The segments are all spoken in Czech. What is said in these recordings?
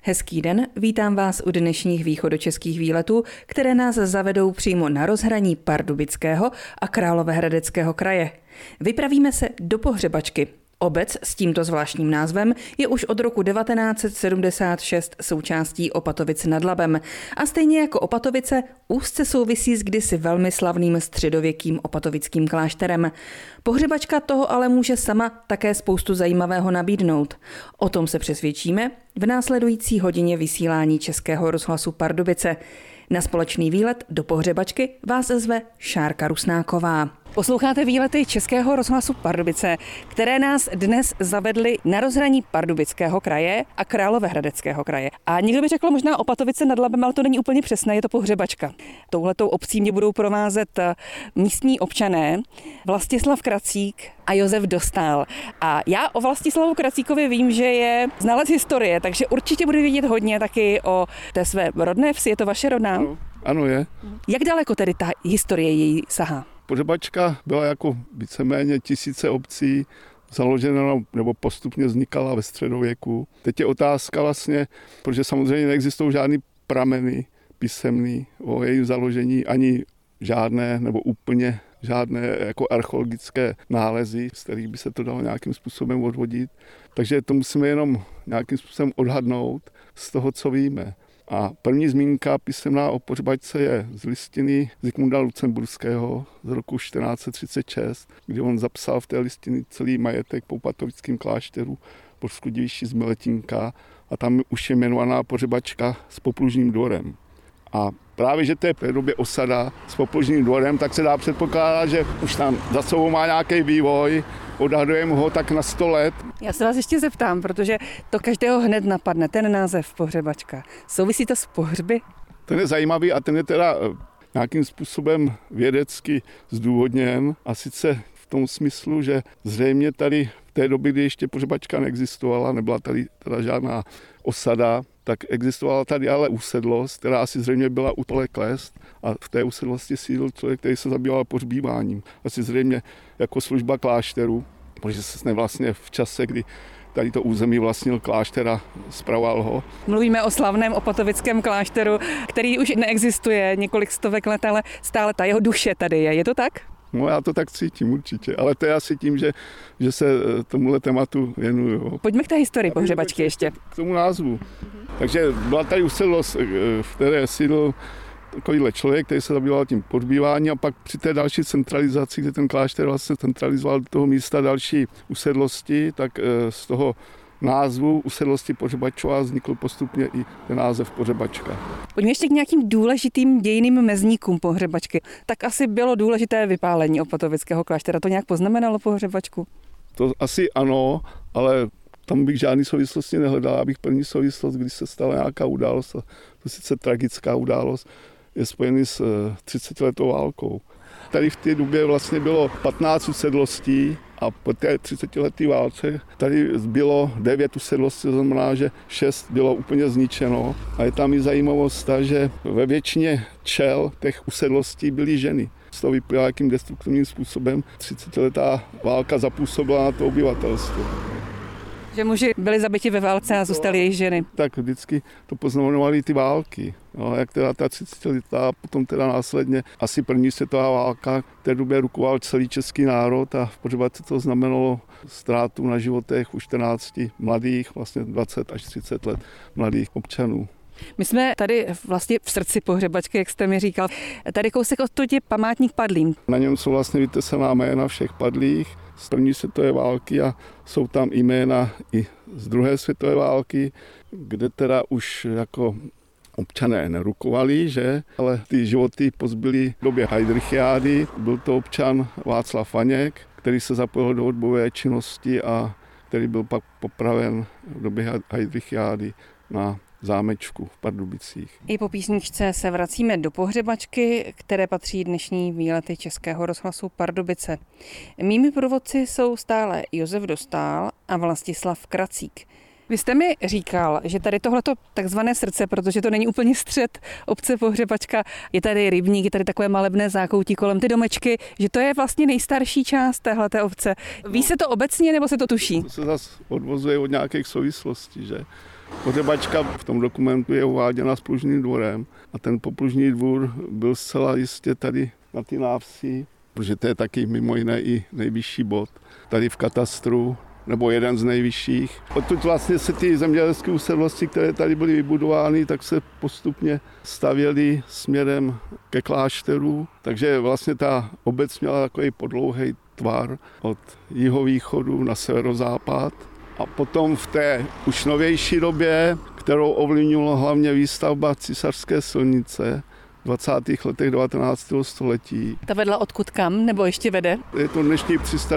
Hezký den, vítám vás u dnešních východočeských výletů, které nás zavedou přímo na rozhraní Pardubického a Královéhradeckého kraje. Vypravíme se do Pohřebačky. Obec s tímto zvláštním názvem je už od roku 1976 součástí Opatovic nad Labem a stejně jako Opatovice úzce souvisí s kdysi velmi slavným středověkým opatovickým klášterem. Pohřebačka toho ale může sama také spoustu zajímavého nabídnout. O tom se přesvědčíme v následující hodině vysílání Českého rozhlasu Pardubice. Na společný výlet do Pohřebačky vás zve Šárka Rusnáková. Posloucháte výlety Českého rozhlasu Pardubice, které nás dnes zavedly na rozhraní Pardubického kraje a Královéhradeckého kraje. A někdo by řekl možná Opatovice nad Labem, ale to není úplně přesné, je to Pohřebačka. Touhletou obcí mě budou provázet místní občané Vlastislav Kracík a Josef Dostál. A já o Vlastislavu Kracíkovi vím, že je znalec historie, takže určitě bude vědět hodně taky o té své rodné vsi. Je to vaše rodná? Ano, je. Jak daleko tedy ta historie její sahá? Pohřebačka byla jako víceméně tisíce obcí založena nebo postupně vznikala ve středověku. Teď je otázka vlastně, protože samozřejmě neexistují žádný prameny písemný o jejím založení, ani žádné nebo úplně žádné jako archeologické nálezy, z kterých by se to dalo nějakým způsobem odvodit. Takže to musíme jenom nějakým způsobem odhadnout z toho, co víme. A první zmínka písemná o Pohřebačce je z listiny Zikmunda Lucemburského z roku 1436, kdy on zapsal v té listiny celý majetek po opatovickém klášteru Božsku Diviši z Miletínka a tam už je jmenovaná Pohřebačka s poplužním dvorem. A právě, že to je v té době osada s poplužním dvorem, tak se dá předpokládat, že už tam za sebou má nějaký vývoj, odhadujeme ho tak na 100 let. Já se vás ještě zeptám, protože to každého hned napadne, ten název Pohřebačka. Souvisí to s pohřby? Ten je zajímavý a ten je teda nějakým způsobem vědecky zdůvodněn a sice v tom smyslu, že zřejmě tady v té době, kdy ještě Pohřebačka neexistovala, nebyla tady teda žádná osada, tak existovala tady ale usedlost, která asi zřejmě byla u Pole Klest a v té usedlosti sídl člověk, který se zabýval pohřbíváním. Asi zřejmě jako služba klášteru, protože se vlastně v čase, kdy tady to území vlastnil klášter a spravoval ho. Mluvíme o slavném opatovickém klášteru, který už neexistuje několik stovek let, ale stále ta jeho duše tady je. Je to tak? No já to tak cítím určitě, ale to je asi tím, že se tomuhle tématu věnuju. Pojďme k té historii Pohřebačky ještě. K tomu názvu. Takže byla tady usedlost, v které sídl takovýhle člověk, který se zabýval tím pohřbíváním a pak při té další centralizaci, kde ten klášter vlastně centralizoval do toho místa další usedlosti, tak z toho názvu usedlosti Pohřebačová vznikl postupně i ten název Pohřebačka. Pojďme ještě k nějakým důležitým dějinným mezníkům Pohřebačky. Tak asi bylo důležité vypálení opatovického kláštera. To nějak poznamenalo Pohřebačku? To asi ano, ale tam bych žádný souvislosti nehledal. Abych první souvislost, když se stala nějaká událost, to sice tragická událost, je spojený s 30letou válkou. Tady v té době vlastně bylo 15 usedlostí a po té 30leté válce tady zbylo 9 usedlostí, to znamená, že 6 bylo úplně zničeno. A je tam i zajímavost ta, že ve většině čel těch usedlostí byly ženy. Z toho vyplývá, jakým destruktivním způsobem 30letá válka zapůsobila na to obyvatelstvo. Že muži byli zabiti ve válce a zůstaly jejich ženy. Tak vždycky to poznamenovaly ty války. No, jak teda ta 30letá, potom teda následně asi první světová válka, v té době rukoval celý český národ a v Pohřebačce to znamenalo ztrátu na životech u 14 mladých, vlastně 20 až 30 let mladých občanů. My jsme tady vlastně v srdci Pohřebačky, jak jste mi říkal. Tady kousek odtud je památník padlým. Na něm jsou vlastně vytesaná jména všech padlých z první světové války a jsou tam jména i z druhé světové války, kde teda už jako občané nerukovali, že? Ale ty životy pozbyly v době Heydrichiády. Byl to občan Václav Vaněk, který se zapojil do odbojové činnosti a který byl pak popraven v době Heydrichiády na zámečku v Pardubicích. I po písničce se vracíme do Pohřebačky, které patří dnešní výlety Českého rozhlasu Pardubice. Mými průvodci jsou stále Josef Dostál a Vlastislav Kracík. Vy jste mi říkal, že tady tohleto takzvané srdce, protože to není úplně střed obce Pohřebačka, je tady rybník, je tady takové malebné zákoutí kolem ty domečky, že to je vlastně nejstarší část téhleté obce. Ví se to obecně, nebo se to tuší? To se zase odvozuje od nějakých souvislostí, že? Pohřebačka v tom dokumentu je uváděna s plužným dvorem a ten poplužní dvůr byl zcela jistě tady na ty návsi, protože to je taky mimo jiné i nejvyšší bod tady v katastru, nebo jeden z nejvyšších. Odtud vlastně se ty zemědělské usedlosti, které tady byly vybudovány, tak se postupně stavěly směrem ke klášteru, takže vlastně ta obec měla takový podlouhý tvar od jihovýchodu na severozápad. A potom v té už novější době, kterou ovlivnila hlavně výstavba Císařské silnice v 20. letech 19. století. Ta vedla odkud kam, nebo ještě vede? Je to dnešní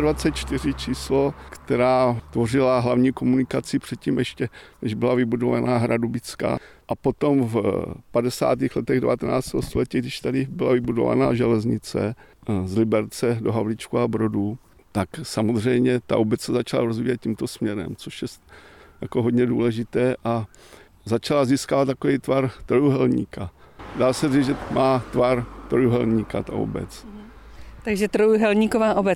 324 číslo, která tvořila hlavní komunikaci předtím ještě, než byla vybudovaná Hradubická. A potom v 50. letech 19. století, když tady byla vybudovaná železnice z Liberce do Havlíčku a Brodů, tak samozřejmě ta obec se začala rozvíjet tímto směrem, což je jako hodně důležité a začala získávat takový tvar trojúhelníka. Dá se říct, že má tvar trojúhelníka ta obec. Takže trojúhelníková obec.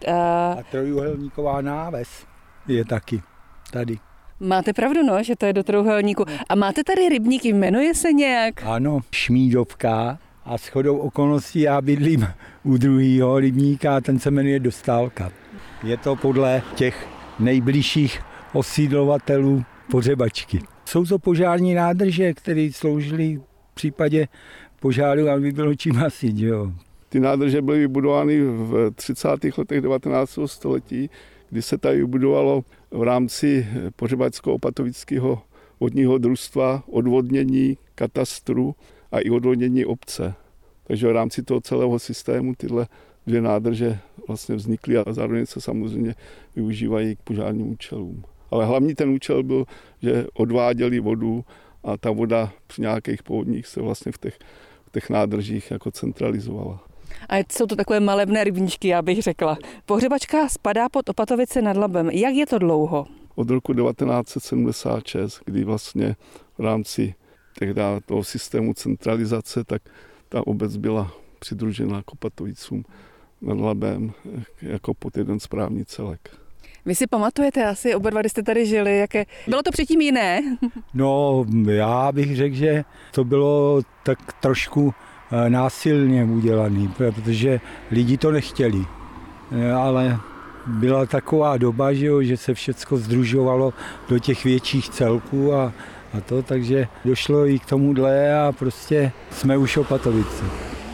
A trojúhelníková náves je taky tady. Máte pravdu, no, že to je do trojúhelníku. A máte tady rybník, jmenuje se nějak? Ano, Šmídovka. A shodou okolností já bydlím u druhého rybníka a ten se jmenuje Dostálka. Je to podle těch nejbližších osídlovatelů Pohřebačky. Jsou to požární nádrže, které sloužily v případě požáru, aby bylo čím hasit. Jo. Ty nádrže byly vybudovány v 30. letech 19. století, kdy se tady vybudovalo v rámci Pohřebacko-opatovického vodního družstva odvodnění katastru a i odvodnění obce. Takže v rámci toho celého systému tyhle dvě nádrže vlastně vznikly a zároveň se samozřejmě využívají k požárním účelům. Ale hlavní ten účel byl, že odváděli vodu a ta voda při nějakých povodních se vlastně v těch nádržích jako centralizovala. A jsou to takové malebné rybníčky, já bych řekla. Pohřebačka spadá pod Opatovice nad Labem. Jak je to dlouho? Od roku 1976, kdy vlastně v rámci toho systému centralizace, tak ta obec byla přidružena k Opatovicům nad Labem jako pod jeden správní celek. Vy si pamatujete asi, oba dva, když jste tady žili, bylo to předtím jiné? No, já bych řekl, že to bylo tak trošku násilně udělané, protože lidi to nechtěli. Ale byla taková doba, že se všecko sdružovalo do těch větších celků a takže došlo i k tomuhle a prostě jsme už Opatovice.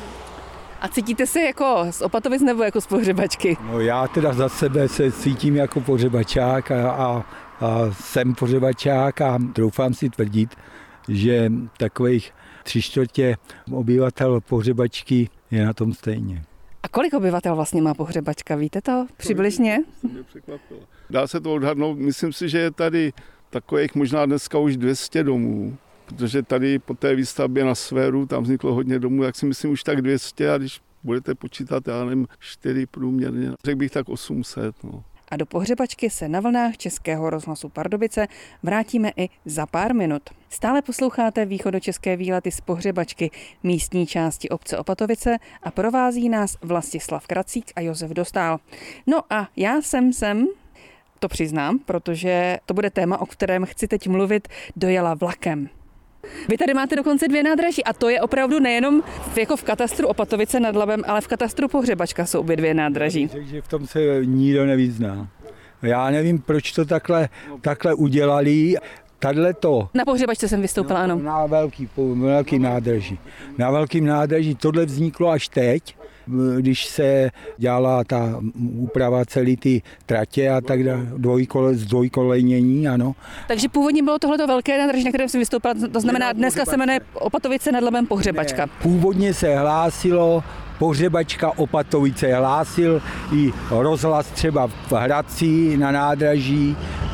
A cítíte se jako z Opatovic nebo jako z Pohřebačky? No já teda za sebe se cítím jako pohřebačák a jsem pohřebačák a doufám si tvrdit, že takových 3/4 obyvatel Pohřebačky je na tom stejně. A kolik obyvatel vlastně má Pohřebačka, víte to přibližně? Mě překvapilo. Dá se to odhadnout, myslím si, že je tady takových možná dneska už 200 domů, protože tady po té výstavbě na Sféru tam vzniklo hodně domů, jak si myslím už tak 200 a když budete počítat, já nevím, 4 průměrně, řekl bych tak 800. No. A do Pohřebačky se na vlnách Českého rozhlasu Pardubice vrátíme i za pár minut. Stále posloucháte východočeské výlety z Pohřebačky, místní části obce Opatovice a provází nás Vlastislav Kracík a Josef Dostál. No a já jsem to přiznám, protože to bude téma, o kterém chci teď mluvit, dojela vlakem. Vy tady máte dokonce 2 nádraží a to je opravdu nejenom jako v katastru Opatovice nad Labem, ale v katastru Pohřebačka jsou obě 2 nádraží. Takže v tom se nikdo nevyzná. Já nevím, proč to takhle udělali. Tato. Na Pohřebačce jsem vystoupila, ano. Na velkým nádraží. Na velkým nádraží tohle vzniklo až teď, když se dělala ta úprava celé ty tratě a tak dále, zdvojkolejnění, ano. Takže původně bylo tohleto velké nádraží, na kterém jsem vystoupila, to znamená, dneska se jmenuje Opatovice nad Labem Pohřebačka. Ne, původně se hlásilo Pohřebačka Opatovice, hlásil i rozhlas třeba v Hradci na nádraží,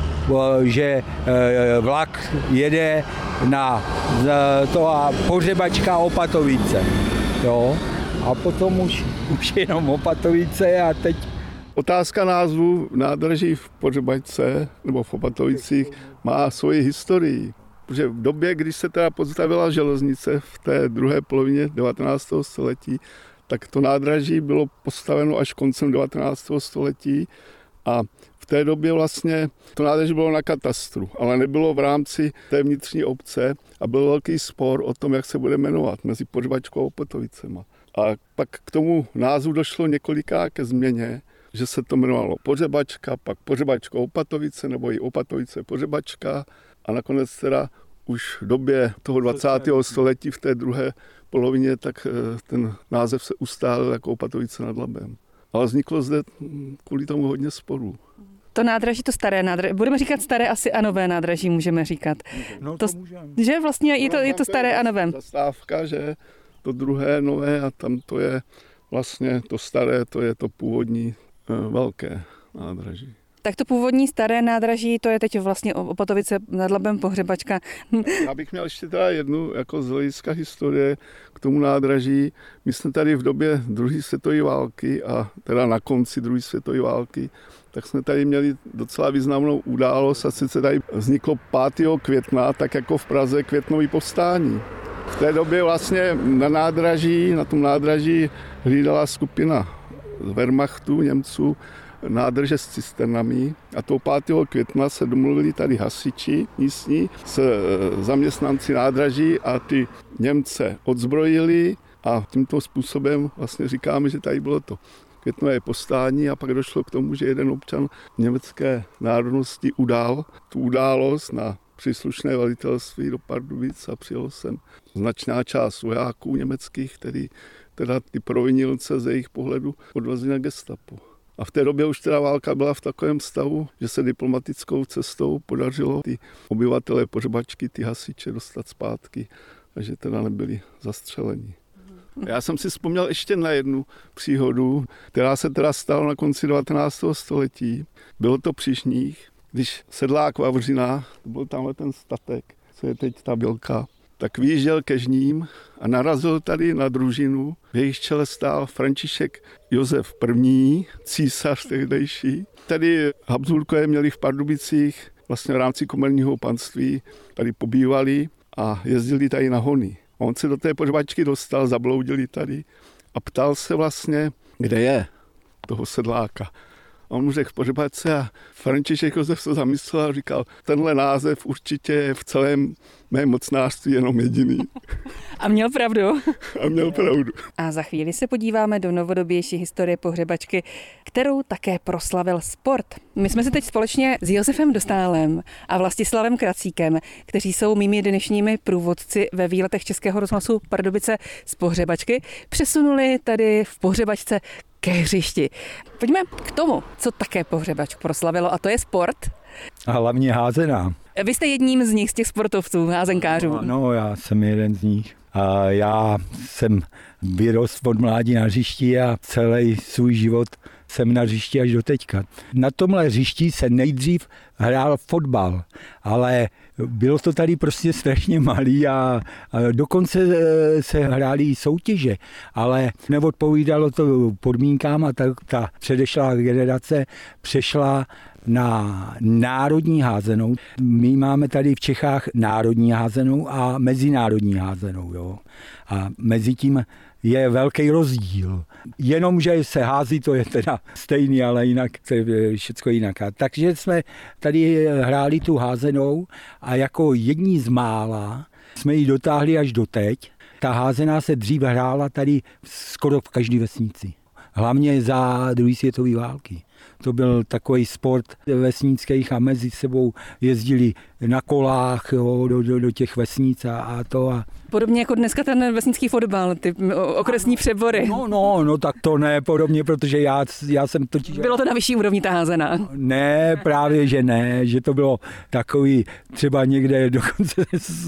že vlak jede na to a Pohřebačka Opatovice. Jo? A potom už jenom Opatovice a teď... Otázka názvu nádraží v Pohřebačce nebo v Opatovicích má svoji historii. Protože v době, když se teda postavila železnice v té druhé polovině 19. století, tak to nádraží bylo postaveno až koncem 19. století A v té době vlastně to nádraží bylo na katastru, ale nebylo v rámci té vnitřní obce a byl velký spor o tom, jak se bude jmenovat mezi Pohřebačkou a Opatovicema. A pak k tomu názvu došlo několikrát ke změně, že se to jmenovalo Pohřebačka, pak Pohřebačka Opatovice nebo i Opatovice Pohřebačka a nakonec teda už v době toho 20. století v té druhé polovině, tak ten název se ustálil jako Opatovice nad Labem. Ale vzniklo zde kvůli tomu hodně sporů. To nádraží, to staré nádraží, budeme říkat staré asi a nové nádraží, můžeme říkat. No to můžeme. Že vlastně je to staré a nové. Zastávka, že to druhé nové a tam to je vlastně to staré, to je to původní velké nádraží. Tak to původní staré nádraží, to je teď vlastně Opatovice nad Labem Pohřebačka. Já bych měl ještě teda jednu jako z hlediska historie k tomu nádraží. My jsme tady v době druhé světové války a teda na konci druhé světové války, tak jsme tady měli docela významnou událost a sice tady vzniklo 5. května, tak jako v Praze květnový povstání. V té době vlastně na tom nádraží hlídala skupina z Wehrmachtu, Němců, nádrže s cisternami a toho 5. května se domluvili tady hasiči místní s zaměstnanci nádraží a ty Němce odzbrojili a tímto způsobem vlastně říkáme, že tady bylo to květnové povstání a pak došlo k tomu, že jeden občan německé národnosti udal tu událost na příslušné velitelství do Pardubic a přijel sem značná část vojáků německých, který teda ty provinilce ze jejich pohledu odvezli na gestapo. A v té době už teda válka byla v takovém stavu, že se diplomatickou cestou podařilo ty obyvatele Pohřebačky, ty hasiče dostat zpátky a že teda nebyli zastřeleni. Já jsem si vzpomněl ještě na jednu příhodu, která se teda stala na konci 19. století. Bylo to při Žních, když sedlák Vavřina, to byl tamhle ten statek, co je teď ta Bělka, tak vyjížděl ke Žním a narazil tady na družinu. V jejich čele stál František Josef I., císař tehdejší. Tady Habsburkové měli v Pardubicích vlastně v rámci komerního panství, tady pobývali a jezdili tady na hony. A on se do té Pohřebačky dostal, zabloudili tady a ptal se vlastně, kde je toho sedláka. A on mu řekl v Pohřebačce a František Josef se zamyslel a říkal, tenhle název určitě je v celém mém mocnářství jenom jediný. A měl pravdu. A měl pravdu. A za chvíli se podíváme do novodobější historie Pohřebačky, kterou také proslavil sport. My jsme se teď společně s Josefem Dostálem a Vlastislavem Kracíkem, kteří jsou mými dnešními průvodci ve výletech Českého rozhlasu Pardubice z Pohřebačky, přesunuli tady v Pohřebačce ke hřišti. Pojďme k tomu, co také Pohřebačku proslavilo, a to je sport. A hlavně házená. Vy jste jedním z nich, z těch sportovců, házenkářů. No, já jsem jeden z nich. A já jsem vyrost od mládí na hřišti a celý svůj život jsem na hřišti až do teďka. Na tomhle hřišti se nejdřív hrál fotbal, ale bylo to tady prostě strašně malý a dokonce se hrály soutěže, ale neodpovídalo to podmínkám a ta předešlá generace přešla na národní házenou. My máme tady v Čechách národní házenou a mezinárodní házenou. Jo. A mezi tím je velký rozdíl. Jenom, že se hází, to je teda stejný, ale jinak to je všechno jinak. Takže jsme tady hráli tu házenou a jako jední z mála jsme ji dotáhli až doteď. Ta házená se dřív hrála tady skoro v každé vesnici. Hlavně za druhé světové války. To byl takový sport vesnických a mezi sebou jezdili na kolách, jo, do těch vesnic a to. A podobně jako dneska ten vesnický fotbal, ty okresní přebory. No, tak to ne podobně, protože já jsem totiž... Bylo to na vyšší úrovni ta házená? Ne, právě že ne, že to bylo takový, třeba někde dokonce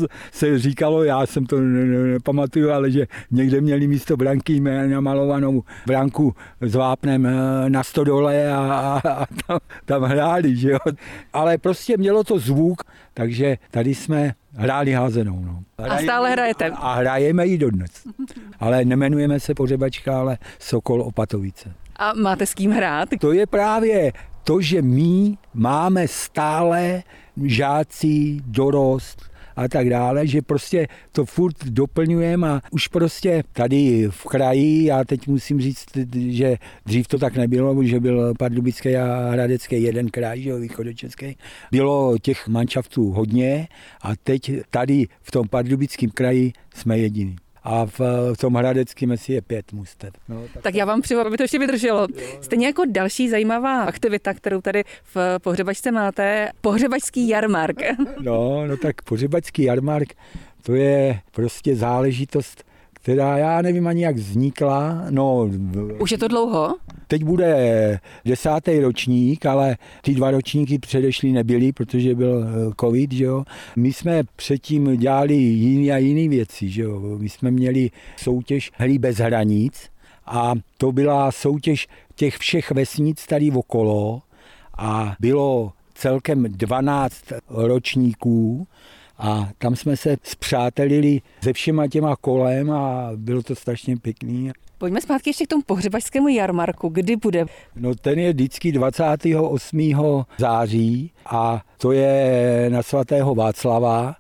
se říkalo, já jsem to nepamatuju, ale že někde měli místo branky namalovanou branku s vápnem na stodole a tam hráli, že jo. Ale prostě mělo to zvuk, takže tady jsme hráli házenou. No. A stále hrajete? A hrajeme ji dodnes. Ale nemenujeme se Pohřebačka, ale Sokol Opatovice. A máte s kým hrát? To je právě to, že my máme stále žáci, dorost a tak dále, že prostě to furt doplňujeme a už prostě tady v kraji, já teď musím říct, že dřív to tak nebylo, že byl Pardubický a Hradecký jeden kraj, že jo, východočeský. Bylo těch manšaftů hodně a teď tady v tom Pardubickém kraji jsme jediný. A v tom Hradeckém je 5 mužstev. No, tak já vám přeju, aby to ještě vydrželo. Stejně jako další zajímavá aktivita, kterou tady v Pohřebačce máte, pohřebačský jarmark. No tak pohřebačský jarmark, to je prostě záležitost, která já nevím ani jak vznikla. No, už je to dlouho? Teď bude 10. ročník, ale ty 2 ročníky předešlý nebyly, protože byl covid, že jo. My jsme předtím dělali jiné věci, že jo. My jsme měli soutěž Hry bez hranic a to byla soutěž těch všech vesnic tady okolo a bylo celkem 12 ročníků. A tam jsme se spřátelili se všema těma kolem a bylo to strašně pěkný. Pojďme zpátky ještě k tomu pohřebačskému jarmarku. Kdy bude? No ten je vždycky 28. září a to je na svatého Václava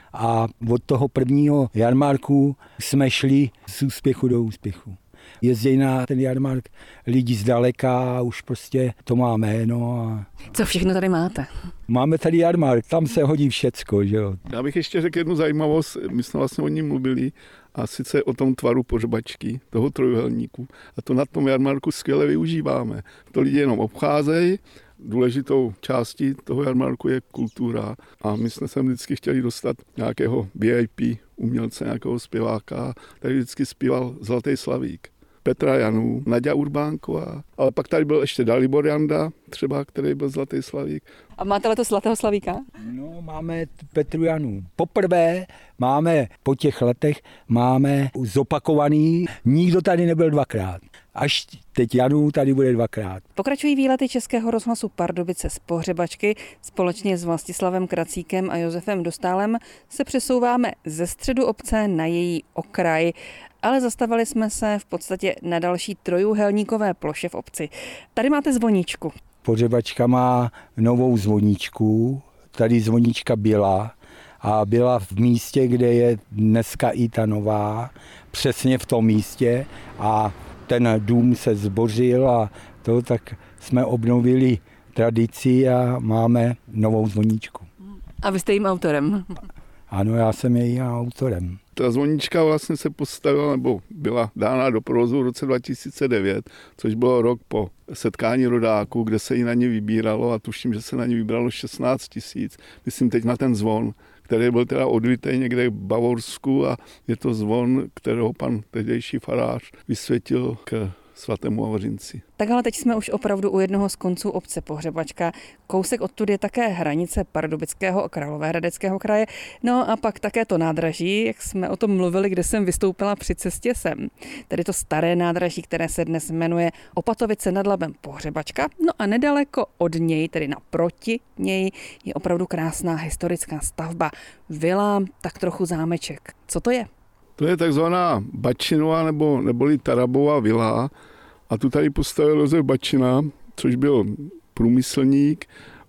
a od toho prvního jarmarku jsme šli z úspěchu do úspěchu. Jezdí na ten jarmark lidi zdaleka, už prostě to má jméno. A... Co všechno tady máte? Máme tady jarmark, tam se hodí všecko, že jo. Já bych ještě řekl jednu zajímavost, my jsme vlastně o ní mluvili, a sice o tom tvaru pohřebačky, toho trojuhelníku. A to na tom jarmarku skvěle využíváme. To lidi jenom obcházejí, důležitou částí toho jarmarku je kultura a my jsme sem vždycky chtěli dostat nějakého VIP umělce, nějakého zpěváka, který vždycky zpíval Zlatý Slavík. Petra Janů, Naďa Urbánková, ale pak tady byl ještě Dalibor Janda, třeba, který byl Zlatý Slavík. A máte letos Zlatého Slavíka? No, máme Petru Janů. Poprvé máme, po těch letech, máme zopakovaný, nikdo tady nebyl 2krát. Až teď Janů tady bude 2krát. Pokračují výlety Českého rozhlasu Pardubice z pohřebačky. Společně s Vlastislavem Kracíkem a Josefem Dostálem se přesouváme ze středu obce na její okraj, ale zastavili jsme se v podstatě na další trojúhelníkové ploše v obci. Tady máte zvoničku. Pohřebačka má novou zvoničku, tady zvonička byla a byla v místě, kde je dneska i ta nová, přesně v tom místě a ten dům se zbořil a to tak jsme obnovili tradici a máme novou zvoničku. A vy jste jím autorem? Ano, já jsem jejím autorem. Ta zvonička vlastně se postavila, nebo byla dána do provozu v roce 2009, což bylo rok po setkání rodáků, kde se jí na ně vybíralo a tuším, že se na ně vybralo 16 000. Myslím teď na ten zvon, který byl teda odvitý někde v Bavorsku a je to zvon, kterého pan tehdejší farář vysvětil k svatému Vavřinci. Tak ale teď jsme už opravdu u jednoho z konců obce Pohřebačka. Kousek odtud je také hranice Pardubického a Královéhradeckého kraje. No a pak také to nádraží, jak jsme o tom mluvili, kde jsem vystoupila při cestě sem. Tedy to staré nádraží, které se dnes jmenuje Opatovice nad Labem Pohřebačka. No a nedaleko od něj, tedy naproti něj, je opravdu krásná historická stavba. Vila, tak trochu zámeček. Co to je? To je takzvaná Bačinová neboli Tarabová vila a tu tady postavil Josef Bačina, což byl průmyslník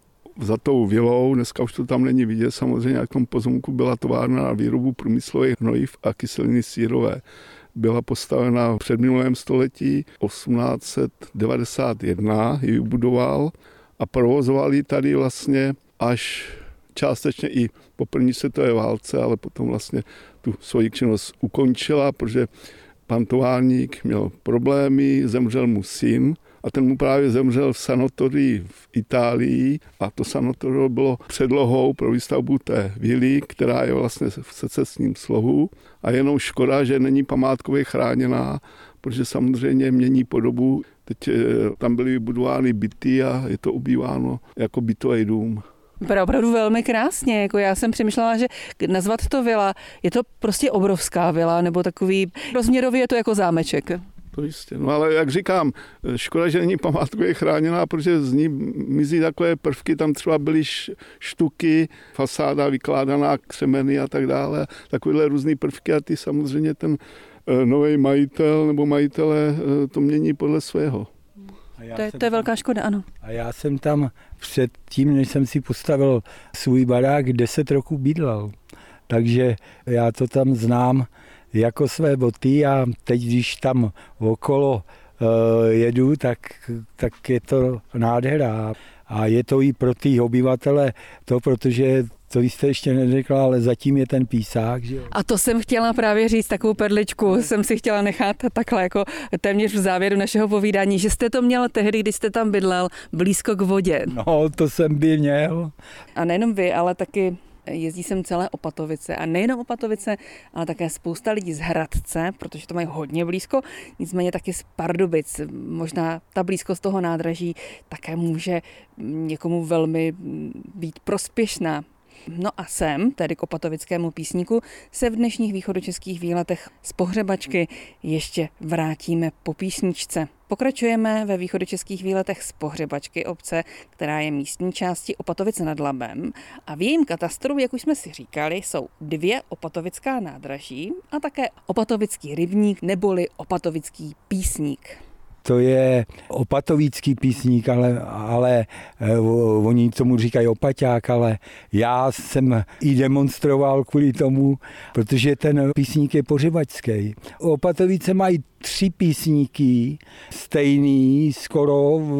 za tou vilou, dneska už to tam není vidět, samozřejmě na tom pozemku byla továrna na výrobu průmyslových hnojiv a kyseliny sírové. Byla postavena v předminulém století, 1891 ji vybudoval a provozoval ji tady vlastně až částečně i po první světové válce, ale potom vlastně tu svoji činnost ukončila, protože pan továrník měl problémy, zemřel mu syn a ten mu právě zemřel v sanatorii v Itálii a to sanatorium bylo předlohou pro výstavbu té vily, která je vlastně v secesním slohu a jenom škoda, že není památkově chráněná, protože samozřejmě mění podobu. Teď tam byly vybudovány byty a je to ubýváno jako bytový dům. Vypadá opravdu velmi krásně, jako já jsem přemýšlela, že nazvat to vila, je to prostě obrovská vila, nebo takový, rozměrově je to jako zámeček. To jistě, no ale jak říkám, škoda, že není památkově chráněná, protože z ní mizí takové prvky, tam třeba byly štuky, fasáda vykládaná, křemeny a tak dále, takovéhle různý prvky a ty samozřejmě ten nový majitel nebo majitelé to mění podle svého. To je velká škoda, ano. A já jsem tam před tím, než jsem si postavil svůj barák, 10 roků bydlel. takže já to tam znám jako své boty a teď, když tam okolo jedu, tak je to nádhera. A je to i pro ty obyvatele protože to jste ještě neřekla, ale zatím je ten písák. Že jo? A to jsem chtěla právě říct, takovou perličku jsem si chtěla nechat takhle jako téměř v závěru našeho povídání, že jste to měl tehdy, když jste tam bydlel, blízko k vodě. No, to jsem by měl. A nejenom vy, ale taky jezdí sem celé Opatovice. A nejenom Opatovice, ale také spousta lidí z Hradce, protože to mají hodně blízko, nicméně taky z Pardubic. Možná ta blízkost toho nádraží také může někomu velmi být prospěšná. No a sem, tedy k opatovickému písníku, se v dnešních východočeských výletech z Pohřebačky ještě vrátíme po písničce. Pokračujeme ve východočeských výletech z Pohřebačky obce, která je místní části Opatovice nad Labem, a v jejím katastru, jak už jsme si říkali, jsou 2 opatovická nádraží a také opatovický rybník neboli opatovický písník. To je opatovický písník, ale oni tomu říkají opaťák, ale já jsem i demonstroval kvůli tomu, protože ten písník je pohřebačský. Opatovice mají 3 písníky, stejný, skoro,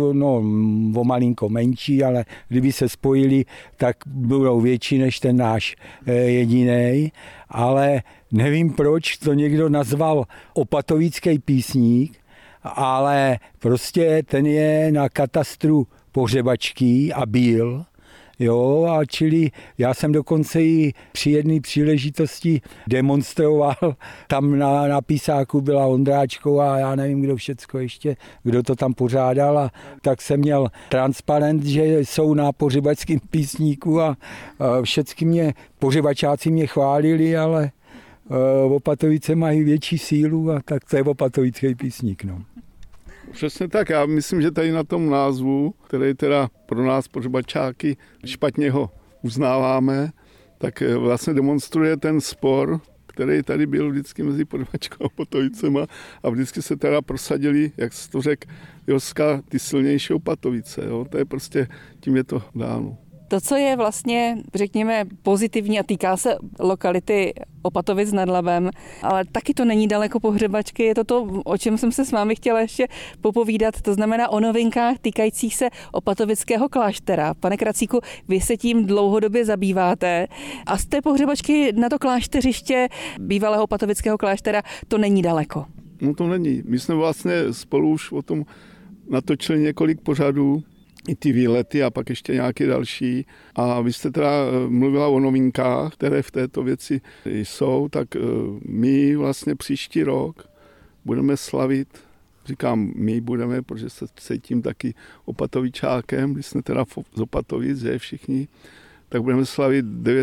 o malinko menší, ale kdyby se spojili, tak budou větší než ten náš jedinej. Ale nevím, proč to někdo nazval opatovický písník, ale prostě ten je na katastru Pohřebačky a byl. Jo, a čili já jsem dokonce i při jedné příležitosti demonstroval, tam na písáku byla Ondráčková a já nevím, kdo všecko ještě, kdo to tam pořádal, a tak jsem měl transparent, že jsou na pohřebačském písníku a všechny pohřebačáci mě chválili, ale Opatovice mají větší sílu a tak to je opatovický písník. No. Přesně tak, já myslím, že tady na tom názvu, který teda pro nás pohřebačáky špatně ho uznáváme, tak vlastně demonstruje ten spor, který tady byl vždycky mezi Pohřebačkou a Opatovicema, a vždycky se teda prosadili, jak jsi to řekl, Joska, ty silnější Opatovice. Jo? To je prostě, tím je to dáno. To, co je vlastně, řekněme, pozitivní a týká se lokality Opatovic nad Labem, ale taky to není daleko Pohřebačky, je to, o čem jsem se s vámi chtěla ještě popovídat, to znamená o novinkách týkajících se opatovického kláštera. Pane Kracíku, vy se tím dlouhodobě zabýváte a z té Pohřebačky na to klášteřiště bývalého opatovického kláštera to není daleko. No to není. My jsme vlastně spolu už o tom natočili několik pořadů, i ty výlety a pak ještě nějaké další. A vy jste teda mluvila o novinkách, které v této věci jsou, tak my vlastně příští rok budeme slavit, říkám my budeme, protože se cítím taky opatovičákem, když jsme teda z Opatovic, že všichni, tak budeme slavit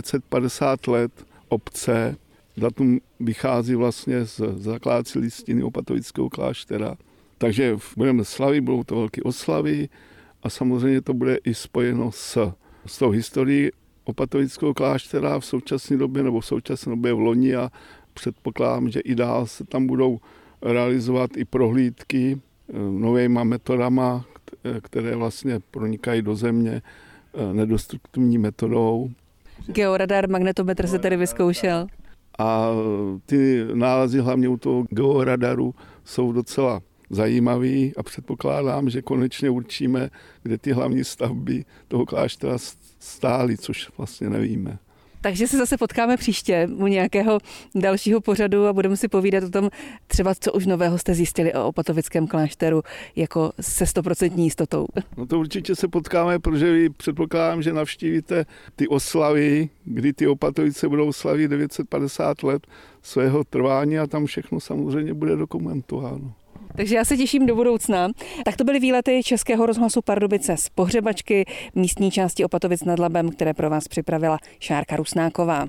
950 let obce. Datum vychází vlastně z zakládací listiny opatovického kláštera. Takže budeme slavit, budou to velké oslavy, a samozřejmě to bude i spojeno s tou historií opatovického kláštera v současné době nebo v současné době v loni, a předpokládám, že i dál se tam budou realizovat i prohlídky novýma metodama, které vlastně pronikají do země nedestruktivní metodou. Georadar, magnetometr se tedy vyzkoušel. A ty nálezy hlavně u toho georadaru jsou docela zajímavý a předpokládám, že konečně určíme, kde ty hlavní stavby toho kláštera stály, což vlastně nevíme. Takže se zase potkáme příště u nějakého dalšího pořadu a budeme si povídat o tom, třeba co už nového jste zjistili o opatovickém klášteru jako se 100% jistotou. No to určitě se potkáme, protože vy předpokládám, že navštívíte ty oslavy, kdy ty Opatovice budou slavit 950 let svého trvání, a tam všechno samozřejmě bude dokumentováno. Takže já se těším do budoucna. Tak to byly výlety Českého rozhlasu Pardubice z Pohřebačky, místní části Opatovic nad Labem, které pro vás připravila Šárka Rusnáková.